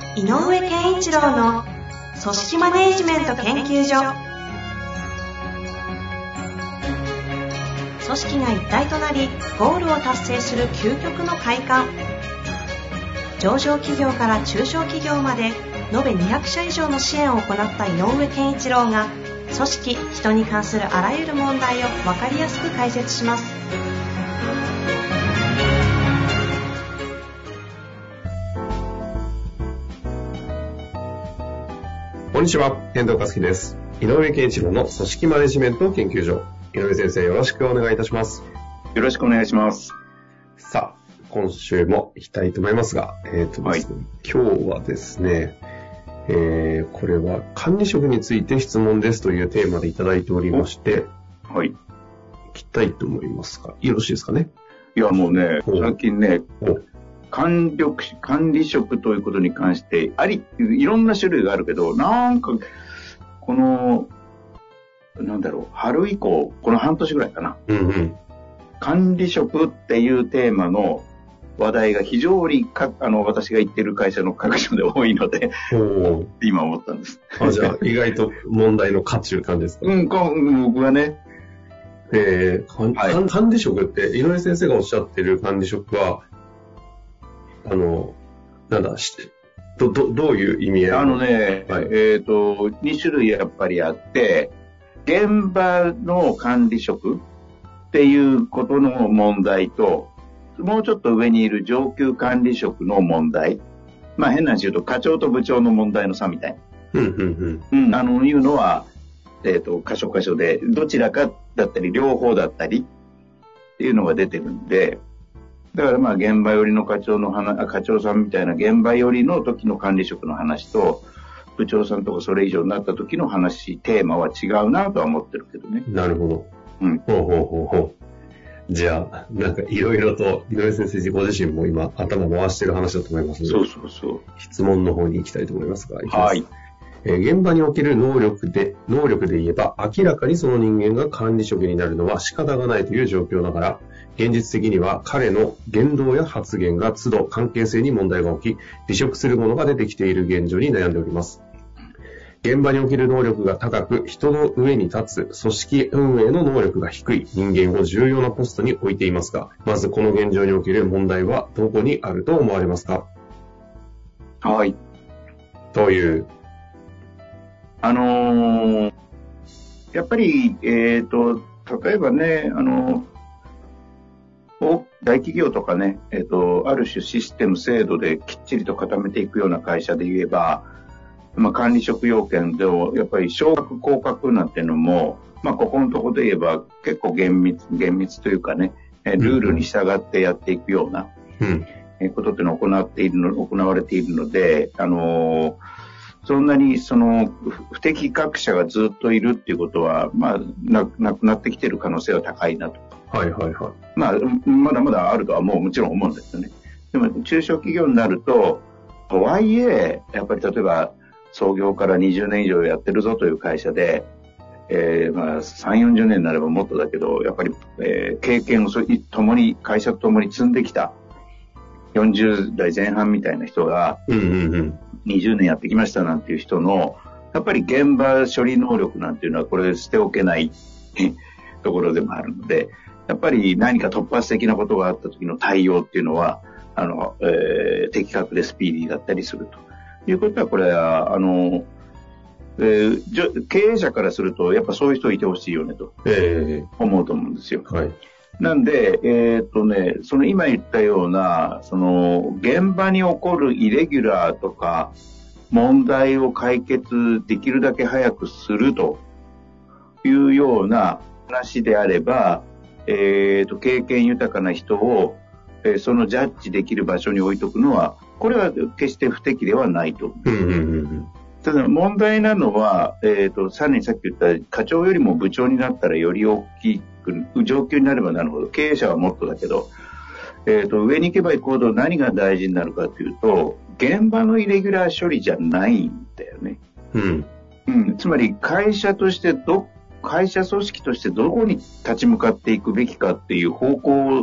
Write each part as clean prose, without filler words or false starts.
井上健一郎の組織マネジメント研究所。組織が一体となりゴールを達成する究極の快感。上場企業から中小企業まで延べ200社以上の支援を行った井上健一郎が、組織・人に関するあらゆる問題を分かりやすく解説します。 こんにちは、遠藤和樹です。井上健一郎の組織マネジメント研究所。井上先生、よろしくお願いいたします。 よろしくお願いします。 さあ、今週も行きたいと思いますが、ですね、はい、今日はですね、これは管理職について質問ですというテーマでいただいておりまして、 はい。 行きたいと思いますが、よろしいですかね。 いや、もうね、最近ね、管理職ということに関していろんな種類があるけど、なんかこの春以降、この半年ぐらいかな、管理職っていうテーマの話題が非常に私が行ってる会社の各所で多いので今思ったんです。 じゃあ意外と問題の渦中感ですか。 僕はね、 管理職って井上先生がおっしゃってる管理職はどういう意味合い？ はい、2種類やっぱりあって、現場の管理職っていうことの問題と、もうちょっと上にいる上級管理職の問題。まあ変な話言うと課長と部長の問題の差みたいな。いうのは、箇所箇所でどちらかだったり両方だったりっていうのが出てるんで、だからまあ現場寄りの課長さんみたいな現場寄りの時の管理職の話と、部長さんとかそれ以上になった時の話、テーマは違うなとは思ってるけどね。 なるほど。じゃあ、なんかいろいろと井上先生ご自身も今頭回してる話だと思いますので、 そう質問の方に行きたいと思いますが、 はい。 現場における能力で言えば、明らかにその人間が管理職になるのは仕方がないという状況ながら、現実的には彼の言動や発言が都度関係性に問題が起き、離職するものが出てきている現状に悩んでおります。現場における能力が高く、人の上に立つ組織運営の能力が低い人間を重要なポストに置いていますが、まずこの現状における問題はどこにあると思われますか？ はい。 という。 やっぱり、例えばね、大企業とかね、ある種システム制度できっちりと固めていくような会社で言えば、管理職要件でやっぱり昇格降格なんていうのも、ここのところで言えば結構厳密というかね、ルールに従ってやっていくような、ことっていうのを行われているので、そんなに不適格者がずっといるっていうことは、なくなってきている可能性は高いなと。まだまだあるとはもちろん思うんですよね。でも中小企業になるとはいえ、やっぱり例えば創業から20年以上やってるぞという会社で、3、40年になればもっとだけど、やっぱり、経験を会社と共に積んできた40代前半みたいな人が、20年やってきましたなんていう人の、やっぱり現場処理能力なんていうのはこれ捨ておけないところでもあるので、やっぱり何か突発的なことがあった時の対応っていうのは、的確でスピーディーだったりするということは、これは経営者からするとやっぱそういう人いてほしいよねと思うと思うんですよ。なんで、その今言ったような現場に起こるイレギュラーとか問題を解決できるだけ早くするというような話であれば、経験豊かな人をそのジャッジできる場所に置いとくのは、これは決して不適ではないと。ただ問題なのは、さらにさっき言った課長よりも部長になったらより大きく上級になればなるほど、経営者はもっとだけど、上に行けば行くほど何が大事になるかというと、現場のイレギュラー処理じゃないんだよね。つまり会社組織としてどこに立ち向かっていくべきかっていう方向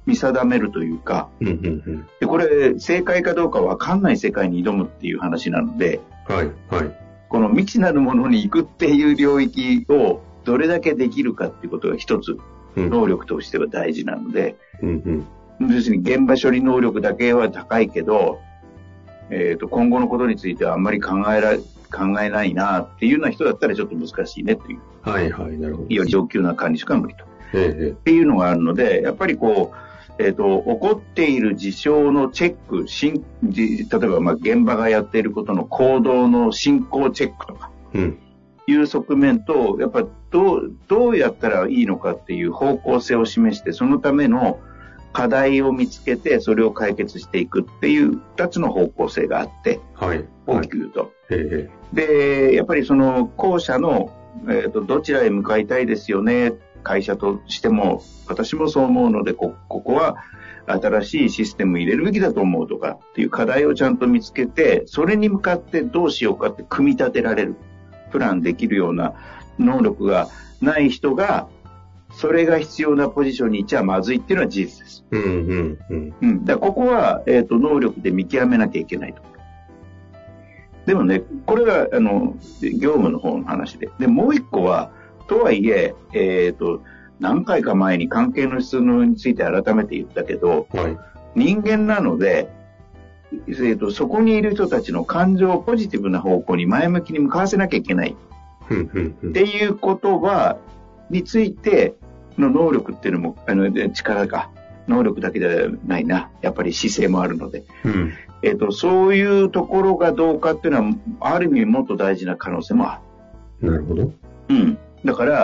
見定めるというか、でこれ正解かどうか分かんない世界に挑むっていう話なので、この未知なるものに行くっていう領域をどれだけできるかっていうことが一つ能力としては大事なので、要するに現場処理能力だけは高いけど、今後のことについてはあんまり考えないなっていうような人だったらちょっと難しいねという。 なるほど。 いわゆる上級な管理職は無理と。っていうのがあるので、やっぱりこう、起こっている事象のチェック、例えば現場がやっていることの行動の進行チェックとか、いう側面と、やっぱどうやったらいいのかっていう方向性を示して、そのための課題を見つけて、それを解決していくっていう2つの方向性があって、大きく言うと。で、やっぱりその後者の、どちらへ向かいたいですよね、会社としても、私もそう思うので、ここは新しいシステム入れるべきだと思うとかっていう課題をちゃんと見つけて、それに向かってどうしようかって組み立てられる、プランできるような能力がない人が、それが必要なポジションにいっちゃまずいっていうのは事実です。だからここは、能力で見極めなきゃいけないと。でもね、これが業務の方の話で。で、もう一個は、とはいえ、何回か前に関係の質問について改めて言ったけど、人間なので、そこにいる人たちの感情をポジティブな方向に前向きに向かわせなきゃいけない。っていう言葉についての能力っていうのも、力か。能力だけじゃないな。やっぱり姿勢もあるので。そういうところがどうかっていうのは、ある意味もっと大事な可能性もある。なるほど。 だから、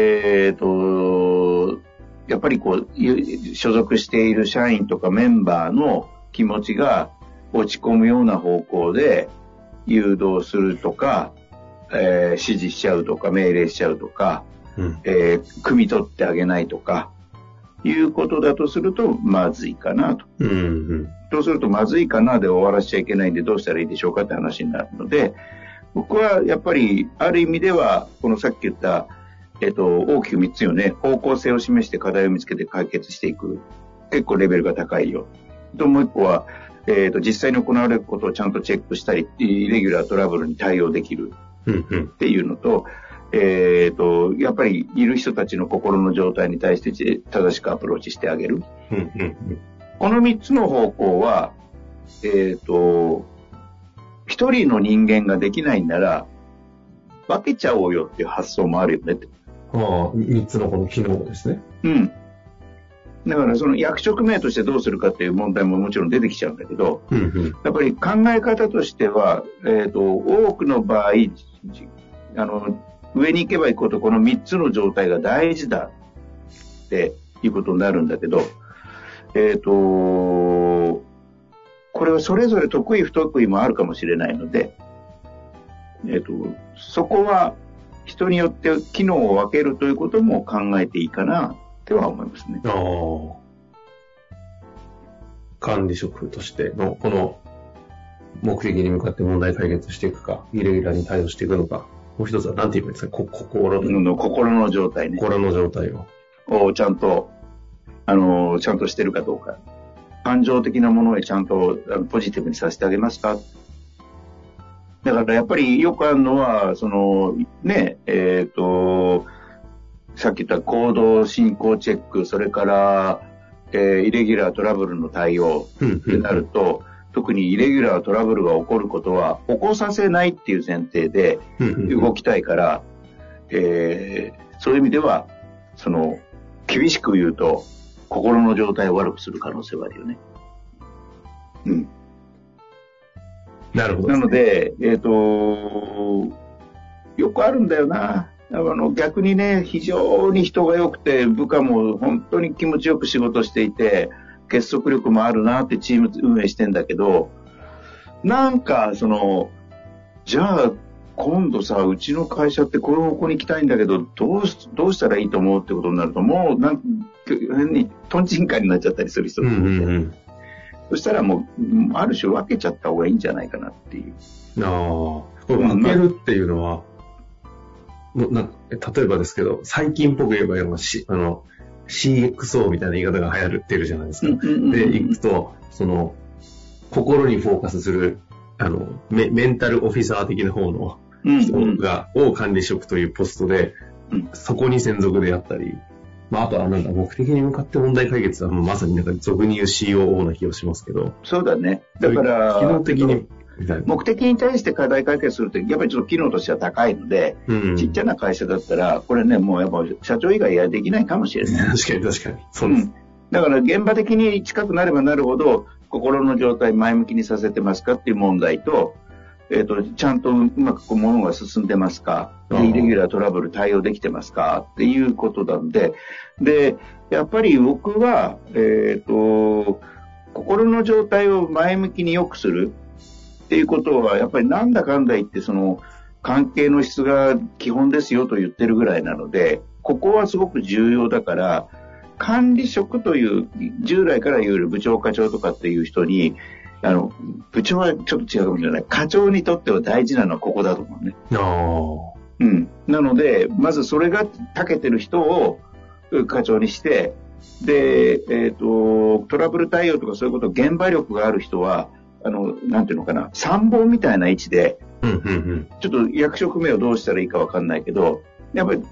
やっぱりこう、所属している社員とかメンバーの気持ちが落ち込むような方向で誘導するとか、指示しちゃうとか、命令しちゃうとか、汲み取ってあげないとか、いうことだとすると、まずいかなと。そうすると、まずいかなで終わらせちゃいけないんで、どうしたらいいでしょうかって話になるので、僕はやっぱり、ある意味では、このさっき言った、大きく3つよね、方向性を示して課題を見つけて解決していく。結構レベルが高いよ。と、もう一個は、実際に行われることをちゃんとチェックしたり、イレギュラートラブルに対応できるっていうのと、やっぱりいる人たちの心の状態に対して正しくアプローチしてあげる。この3つの方向は、一人の人間ができないんなら、分けちゃおうよっていう発想もあるよねって。 3つのこの機能ですね。 だからその役職名としてどうするかっていう問題ももちろん出てきちゃうんだけど、やっぱり考え方としては、多くの場合、上に行けば行くほどこの3つの状態が大事だっていうことになるんだけど、これはそれぞれ得意不得意もあるかもしれないので、そこは人によって機能を分けるということも考えていいかなっては思いますね。 管理職としてのこの目的に向かって問題解決していくか、イレギュラーに対応していくのか、もう一つは何て言えばいいんですか、心の状態ね。 心の状態をちゃんとしてるかどうか。感情的なものへちゃんとポジティブにさせてあげますか。だからやっぱりよくあるのは、さっき言った行動進行チェック、それから、イレギュラートラブルの対応ってなると、特にイレギュラートラブルが起こることは起こさせないっていう前提で動きたいから、そういう意味では、厳しく言うと、心の状態を悪くする可能性はあるよね。 なるほど、 なので、よくあるんだよな。逆にね、非常に人が良くて、部下も本当に気持ちよく仕事していて、結束力もあるなってチーム運営してんだけど、なんか、じゃあ、今度さ、うちの会社ってこの方向に行きたいんだけど、どうしたらいいと思うってことになると、もう変にトンチンカンになっちゃったりする人もいて、そしたらもう、ある種分けちゃった方がいいんじゃないかなっていう。 分けるっていうのは、例えばですけど、最近っぽく言えば、指 CXO みたいな言い方が流行ってるじゃないですか。で、行くと、心にフォーカスする、メンタルオフィサー的な方の人を管理職というポストで、そこに専属でやったり、あとは目的に向かって問題解決はまさに俗に言う COO な気がしますけど。 そうだね。だから、 機能的に、 目的に対して課題解決すると、やっぱりちょっと機能としては高いので、ちっちゃな会社だったら、これね、もうやっぱ社長以外はできないかもしれない。 確かに。そうです。 だから現場的に近くなればなるほど、心の状態前向きにさせてますかっていう問題と、ちゃんとうまく物が進んでますか、イレギュラートラブル対応できてますかっていうことなんで、で、やっぱり僕は、心の状態を前向きに良くするっていうことは、やっぱりなんだかんだ言って、関係の質が基本ですよと言ってるぐらいなので、ここはすごく重要だから、管理職という、従来から言う部長課長とかっていう人に、部長はちょっと違うかもしれない。課長にとっては大事なのはここだと思うね。なので、まずそれが長けてる人を課長にして、で、トラブル対応とかそういうこと、現場力がある人は、なんていうのかな、参謀みたいな位置で、ちょっと役職名をどうしたらいいかわかんないけど、やっぱり、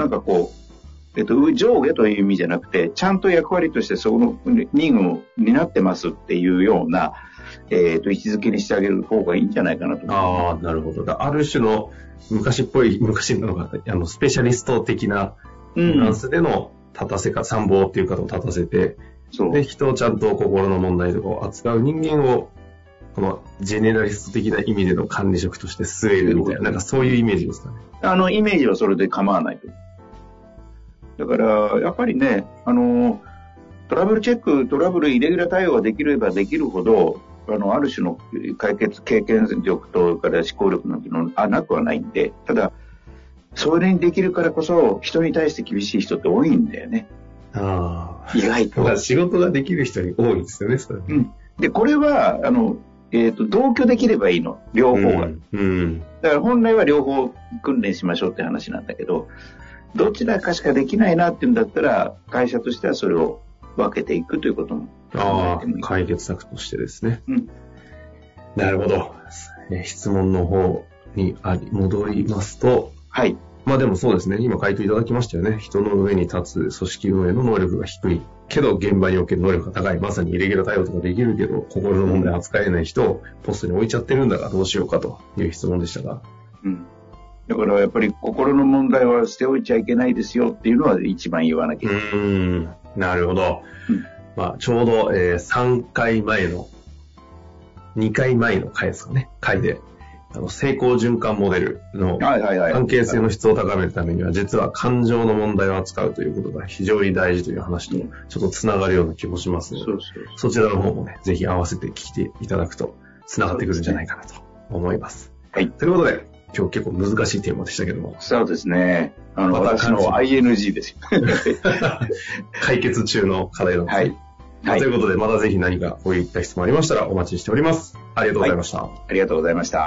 上下という意味じゃなくて、ちゃんと役割としてその任務を担ってますっていうような、位置づけにしてあげる方がいいんじゃないかなと思います。 なるほど。ある種の昔なのか、スペシャリスト的なニュアンスでの参謀っていう方を立たせて、で、人をちゃんと心の問題とかを扱う人間を、このジェネラリスト的な意味での管理職として据えるみたいな、そういうイメージですかね。 イメージはそれで構わないと。だから、やっぱりね、トラブルチェック、トラブルイレギュラー対応ができればできるほど、ある種の解決経験力とから思考力なんていうのはなくはないんで、ただ、それにできるからこそ、人に対して厳しい人って多いんだよね。意外と。 仕事ができる人に多いんですよね、それ。 で、これは、同居できればいいの、両方が。だから本来は両方訓練しましょうって話なんだけど、どちらかしかできないなっていうんだったら、会社としてはそれを分けていくということも。 解決策としてですね。なるほど。質問の方に戻りますと、 はい。 でもそうですね、今回答いただきましたよね。人の上に立つ組織運営の能力が低いけど、現場における能力が高い。まさにイレギュラー対応とかできるけど、心の問題扱えない人をポストに置いちゃってるんだがどうしようかという質問でしたが。 だからやっぱり心の問題は捨ておいちゃいけないですよっていうのは一番言わなきゃいけない。 なるほど。ちょうど、2回前の回ですかね。回で、成功循環モデルの関係性の質を高めるためには、実は感情の問題を扱うということが非常に大事という話と、ちょっとつながるような気もしますので、そちらの方もね、ぜひ合わせて聞いていただくと、つながってくるんじゃないかなと思います。はい。ということで、今日結構難しいテーマでしたけども。 そうですね。私の ING ですよ。 解決中の課題なんですね。ということで、またぜひ何かこういった質問ありましたらお待ちしております。ありがとうございました。 ありがとうございました。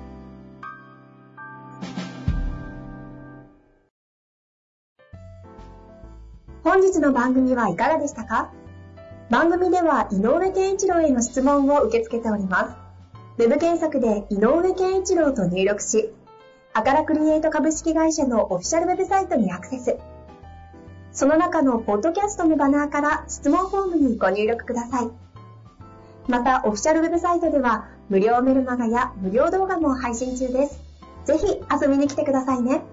本日の番組はいかがでしたか？番組では井上健一郎への質問を受け付けております。ウェブ検索で井上健一郎と入力し、アカラクリエイト株式会社のオフィシャルウェブサイトにアクセス。その中のポッドキャストのバナーから質問フォームにご入力ください。また、オフィシャルウェブサイトでは無料メルマガや無料動画も配信中です。ぜひ遊びに来てくださいね。